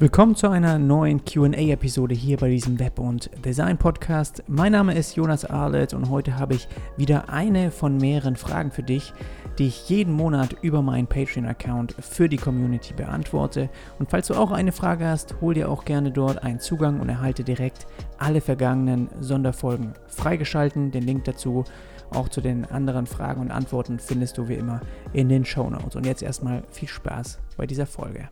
Willkommen zu einer neuen Q&A-Episode hier bei diesem Web- und Design-Podcast. Mein Name ist Jonas Arlett und heute habe ich wieder eine von mehreren Fragen für dich, die ich jeden Monat über meinen Patreon-Account für die Community beantworte. Und falls du auch eine Frage hast, hol dir auch gerne dort einen Zugang und erhalte direkt alle vergangenen Sonderfolgen freigeschalten. Den Link dazu, auch zu den anderen Fragen und Antworten, findest du wie immer in den Shownotes. Und jetzt erstmal viel Spaß bei dieser Folge.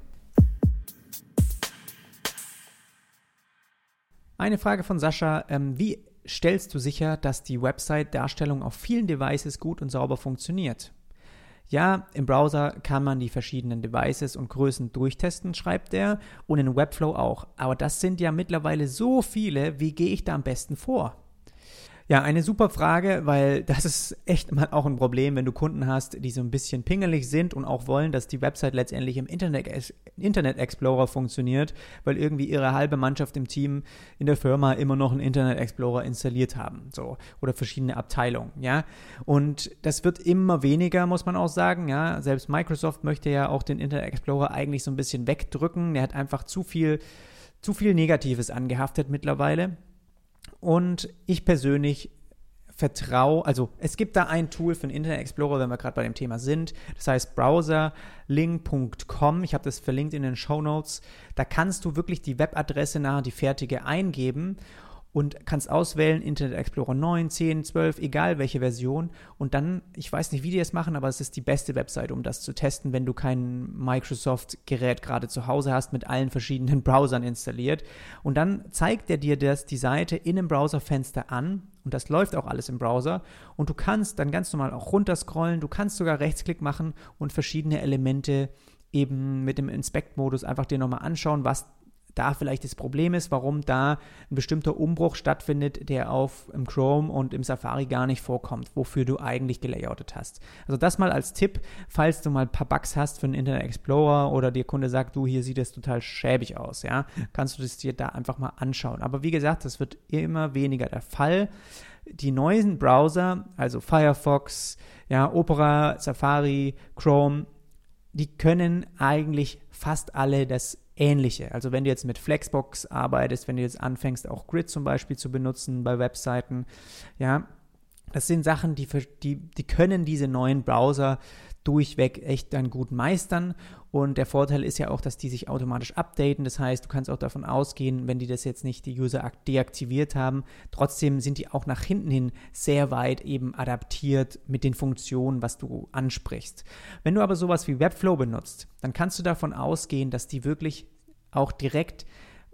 Eine Frage von Sascha, wie stellst du sicher, dass die Website-Darstellung auf vielen Devices gut und sauber funktioniert? Ja, im Browser kann man die verschiedenen Devices und Größen durchtesten, schreibt er, und in Webflow auch. Aber das sind ja mittlerweile so viele, wie gehe ich da am besten vor? Ja, eine super Frage, weil das ist echt mal auch ein Problem, wenn du Kunden hast, die so ein bisschen pingelig sind und auch wollen, dass die Website letztendlich im Internet Explorer funktioniert, weil irgendwie ihre halbe Mannschaft im Team in der Firma immer noch einen Internet Explorer installiert haben, so, oder verschiedene Abteilungen, ja. Und das wird immer weniger, muss man auch sagen, ja. Selbst Microsoft möchte ja auch den Internet Explorer eigentlich so ein bisschen wegdrücken. Der hat einfach zu viel Negatives angehaftet mittlerweile. Und ich persönlich vertraue, also es gibt da ein Tool für den Internet Explorer, wenn wir gerade bei dem Thema sind, das heißt browserlink.com, ich habe das verlinkt in den Shownotes, da kannst du wirklich die Webadresse nachher, die fertige, eingeben und kannst auswählen, Internet Explorer 9, 10, 12, egal welche Version, und dann, ich weiß nicht, wie die das machen, aber es ist die beste Website, um das zu testen, wenn du kein Microsoft-Gerät gerade zu Hause hast, mit allen verschiedenen Browsern installiert, und dann zeigt er dir die Seite in einem Browserfenster an, und das läuft auch alles im Browser, und du kannst dann ganz normal auch runterscrollen, du kannst sogar Rechtsklick machen und verschiedene Elemente eben mit dem Inspect-Modus einfach dir nochmal anschauen, was da vielleicht das Problem ist, warum da ein bestimmter Umbruch stattfindet, der im Chrome und im Safari gar nicht vorkommt, wofür du eigentlich gelayoutet hast. Also das mal als Tipp, falls du mal ein paar Bugs hast für den Internet Explorer oder der Kunde sagt, du, hier sieht es total schäbig aus, ja, kannst du das dir da einfach mal anschauen. Aber wie gesagt, das wird immer weniger der Fall. Die neuen Browser, also Firefox, ja, Opera, Safari, Chrome, die können eigentlich fast alle das Ähnliche. Also wenn du jetzt mit Flexbox arbeitest, wenn du jetzt anfängst, auch Grid zum Beispiel zu benutzen bei Webseiten, ja, das sind Sachen, die können diese neuen Browser durchweg echt dann gut meistern, und der Vorteil ist ja auch, dass die sich automatisch updaten, das heißt, du kannst auch davon ausgehen, wenn die das jetzt nicht die User deaktiviert haben, trotzdem sind die auch nach hinten hin sehr weit eben adaptiert mit den Funktionen, was du ansprichst. Wenn du aber sowas wie Webflow benutzt, dann kannst du davon ausgehen, dass die wirklich auch direkt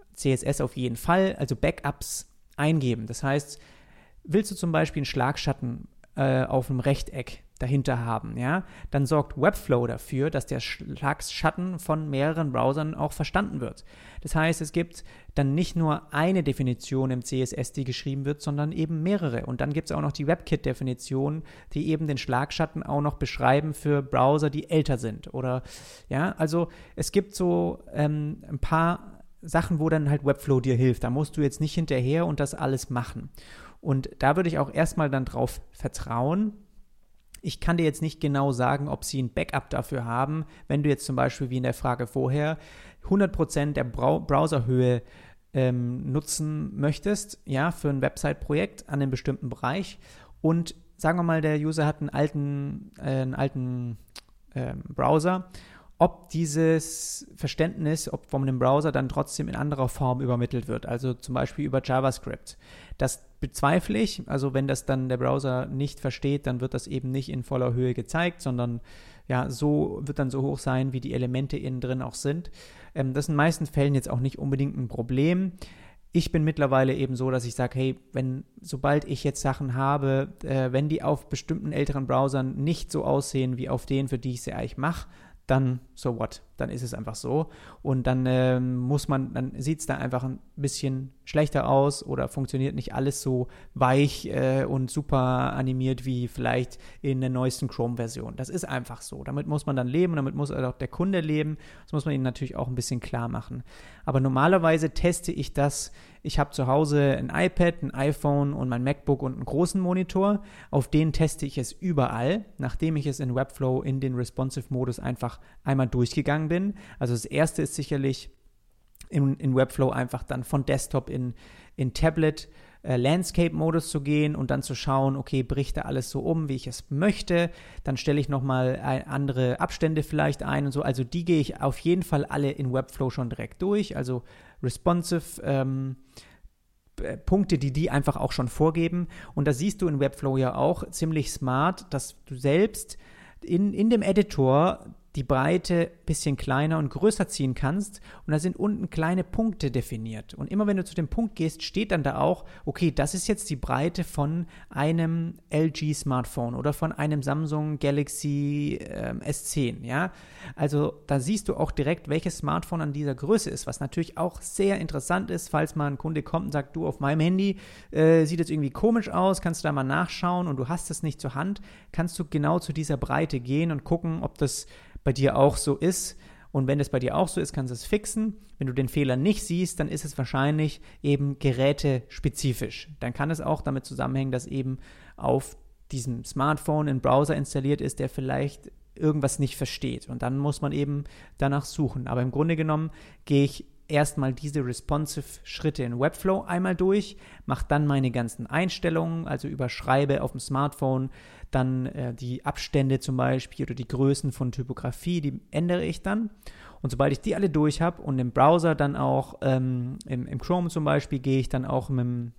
CSS auf jeden Fall, also Backups eingeben. Das heißt, willst du zum Beispiel einen Schlagschatten auf einem Rechteck dahinter haben, ja, dann sorgt Webflow dafür, dass der Schlagschatten von mehreren Browsern auch verstanden wird. Das heißt, es gibt dann nicht nur eine Definition im CSS, die geschrieben wird, sondern eben mehrere. Und dann gibt es auch noch die WebKit-Definition, die eben den Schlagschatten auch noch beschreiben für Browser, die älter sind. Oder, ja, also es gibt so ein paar Sachen, wo dann halt Webflow dir hilft. Da musst du jetzt nicht hinterher und das alles machen. Und da würde ich auch erstmal dann drauf vertrauen. Ich kann dir jetzt nicht genau sagen, ob sie ein Backup dafür haben, wenn du jetzt zum Beispiel, wie in der Frage vorher, 100% der Browserhöhe nutzen möchtest, ja, für ein Website-Projekt an einem bestimmten Bereich, und sagen wir mal, der User hat einen alten Browser, ob dieses Verständnis, ob von dem Browser dann trotzdem in anderer Form übermittelt wird, also zum Beispiel über JavaScript. Das bezweifle ich, also wenn das dann der Browser nicht versteht, dann wird das eben nicht in voller Höhe gezeigt, sondern ja, wird dann so hoch sein, wie die Elemente innen drin auch sind. Das ist in den meisten Fällen jetzt auch nicht unbedingt ein Problem. Ich bin mittlerweile eben so, dass ich sage, hey, sobald ich jetzt Sachen habe, wenn die auf bestimmten älteren Browsern nicht so aussehen wie auf denen, für die ich sie eigentlich mache, dann so what, dann ist es einfach so, und dann dann sieht es da einfach ein bisschen schlechter aus oder funktioniert nicht alles so weich und super animiert wie vielleicht in der neuesten Chrome-Version. Das ist einfach so. Damit muss man dann leben, damit muss auch der Kunde leben. Das muss man ihnen natürlich auch ein bisschen klar machen. Aber normalerweise teste ich das. Ich habe zu Hause ein iPad, ein iPhone und mein MacBook und einen großen Monitor. Auf denen teste ich es überall, nachdem ich es in Webflow in den Responsive-Modus einfach einmal durchgegangen bin. Also das erste ist sicherlich in Webflow einfach dann von Desktop in Tablet Landscape-Modus zu gehen und dann zu schauen, okay, bricht da alles so um, wie ich es möchte, dann stelle ich nochmal andere Abstände vielleicht ein und so, also die gehe ich auf jeden Fall alle in Webflow schon direkt durch, also responsive Punkte, die einfach auch schon vorgeben, und da siehst du in Webflow ja auch ziemlich smart, dass du selbst in dem Editor die Breite ein bisschen kleiner und größer ziehen kannst, und da sind unten kleine Punkte definiert. Und immer wenn du zu dem Punkt gehst, steht dann da auch, okay, das ist jetzt die Breite von einem LG-Smartphone oder von einem Samsung Galaxy S10, ja. Also da siehst du auch direkt, welches Smartphone an dieser Größe ist, was natürlich auch sehr interessant ist, falls mal ein Kunde kommt und sagt, du, auf meinem Handy sieht es irgendwie komisch aus, kannst du da mal nachschauen und du hast es nicht zur Hand, kannst du genau zu dieser Breite gehen und gucken, ob das bei dir auch so ist. Und wenn es bei dir auch so ist, kannst du es fixen. Wenn du den Fehler nicht siehst, dann ist es wahrscheinlich eben gerätespezifisch. Dann kann es auch damit zusammenhängen, dass eben auf diesem Smartphone ein Browser installiert ist, der vielleicht irgendwas nicht versteht. Und dann muss man eben danach suchen. Aber im Grunde genommen gehe ich erstmal diese responsive Schritte in Webflow einmal durch, mache dann meine ganzen Einstellungen, also überschreibe auf dem Smartphone dann die Abstände zum Beispiel oder die Größen von Typografie, die ändere ich dann. Und sobald ich die alle durch habe und im Browser dann auch, im Chrome zum Beispiel, gehe ich dann auch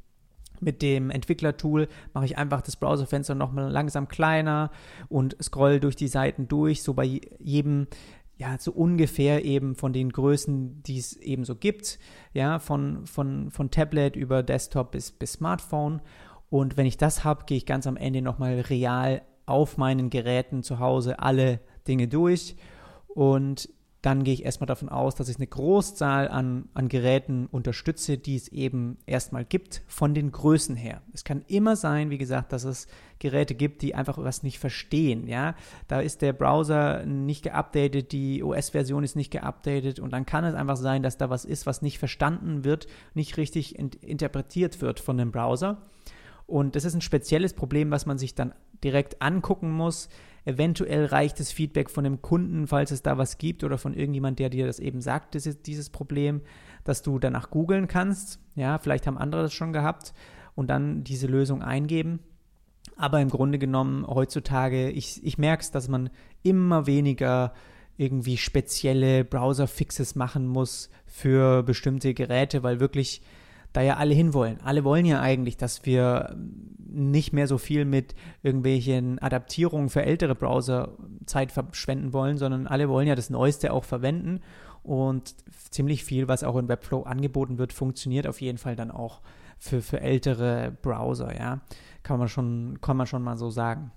mit dem Entwicklertool, mache ich einfach das Browserfenster nochmal langsam kleiner und scroll durch die Seiten durch, so bei jedem, ja, so ungefähr eben von den Größen, die es eben so gibt, ja, von Tablet über Desktop bis Smartphone. Und wenn ich das habe, gehe ich ganz am Ende nochmal real auf meinen Geräten zu Hause alle Dinge durch. Und dann gehe ich erstmal davon aus, dass ich eine Großzahl an Geräten unterstütze, die es eben erstmal gibt, von den Größen her. Es kann immer sein, wie gesagt, dass es Geräte gibt, die einfach was nicht verstehen, ja. Da ist der Browser nicht geupdatet, die OS-Version ist nicht geupdatet, und dann kann es einfach sein, dass da was ist, was nicht verstanden wird, nicht richtig interpretiert wird von dem Browser. Und das ist ein spezielles Problem, was man sich dann direkt angucken muss. Eventuell reicht das Feedback von dem Kunden, falls es da was gibt, oder von irgendjemand, der dir das eben sagt, das ist dieses Problem, dass du danach googeln kannst. Ja, vielleicht haben andere das schon gehabt und dann diese Lösung eingeben. Aber im Grunde genommen heutzutage, ich merke es, dass man immer weniger irgendwie spezielle Browser-Fixes machen muss für bestimmte Geräte, weil wirklich da ja alle hinwollen. Alle wollen ja eigentlich, dass wir nicht mehr so viel mit irgendwelchen Adaptierungen für ältere Browser Zeit verschwenden wollen, sondern alle wollen ja das Neueste auch verwenden, und ziemlich viel, was auch in Webflow angeboten wird, funktioniert auf jeden Fall dann auch für ältere Browser, ja. Kann man schon mal so sagen.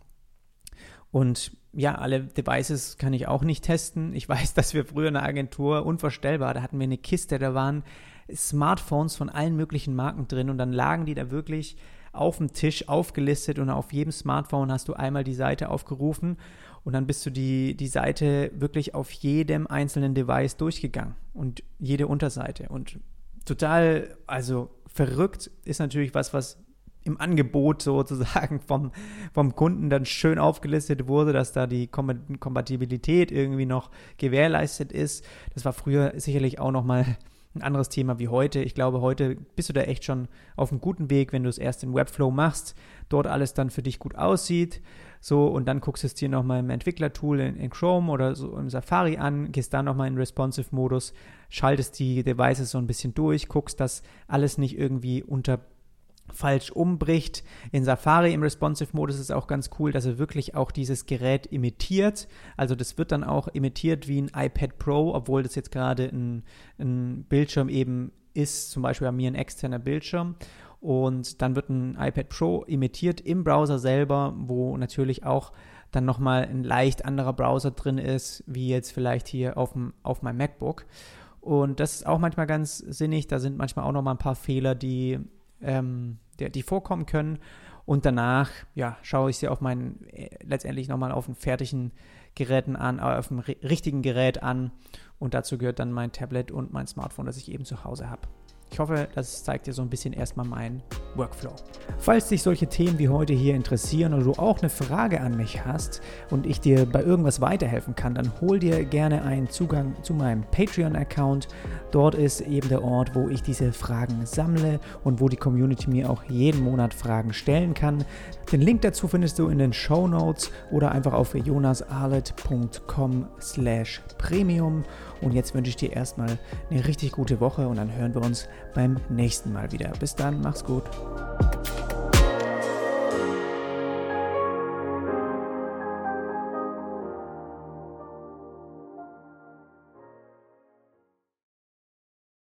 Und ja, alle Devices kann ich auch nicht testen. Ich weiß, dass wir früher in der Agentur, unvorstellbar, da hatten wir eine Kiste, da waren Smartphones von allen möglichen Marken drin, und dann lagen die da wirklich auf dem Tisch aufgelistet, und auf jedem Smartphone hast du einmal die Seite aufgerufen und dann bist du die Seite wirklich auf jedem einzelnen Device durchgegangen und jede Unterseite, und total, also verrückt ist natürlich was im Angebot sozusagen vom Kunden dann schön aufgelistet wurde, dass da die Kompatibilität irgendwie noch gewährleistet ist. Das war früher sicherlich auch nochmal ein anderes Thema wie heute. Ich glaube, heute bist du da echt schon auf einem guten Weg, wenn du es erst in Webflow machst, dort alles dann für dich gut aussieht, so, und dann guckst du es dir nochmal im Entwicklertool in Chrome oder so im Safari an, gehst dann nochmal in Responsive-Modus, schaltest die Devices so ein bisschen durch, guckst, dass alles nicht irgendwie falsch umbricht. In Safari im Responsive-Modus ist auch ganz cool, dass er wirklich auch dieses Gerät imitiert. Also das wird dann auch imitiert wie ein iPad Pro, obwohl das jetzt gerade ein Bildschirm eben ist, zum Beispiel bei mir ein externer Bildschirm. Und dann wird ein iPad Pro imitiert im Browser selber, wo natürlich auch dann nochmal ein leicht anderer Browser drin ist, wie jetzt vielleicht hier auf meinem MacBook. Und das ist auch manchmal ganz sinnig. Da sind manchmal auch nochmal ein paar Fehler, die vorkommen können, und danach, ja, schaue ich sie letztendlich nochmal auf den fertigen Geräten an, auf dem richtigen Gerät an, und dazu gehört dann mein Tablet und mein Smartphone, das ich eben zu Hause habe. Ich hoffe, das zeigt dir so ein bisschen erstmal mein Workflow. Falls dich solche Themen wie heute hier interessieren oder du auch eine Frage an mich hast und ich dir bei irgendwas weiterhelfen kann, dann hol dir gerne einen Zugang zu meinem Patreon-Account. Dort ist eben der Ort, wo ich diese Fragen sammle und wo die Community mir auch jeden Monat Fragen stellen kann. Den Link dazu findest du in den Shownotes oder einfach auf jonasarlet.com/premium. Und jetzt wünsche ich dir erstmal eine richtig gute Woche und dann hören wir uns beim nächsten Mal wieder. Bis dann, mach's gut.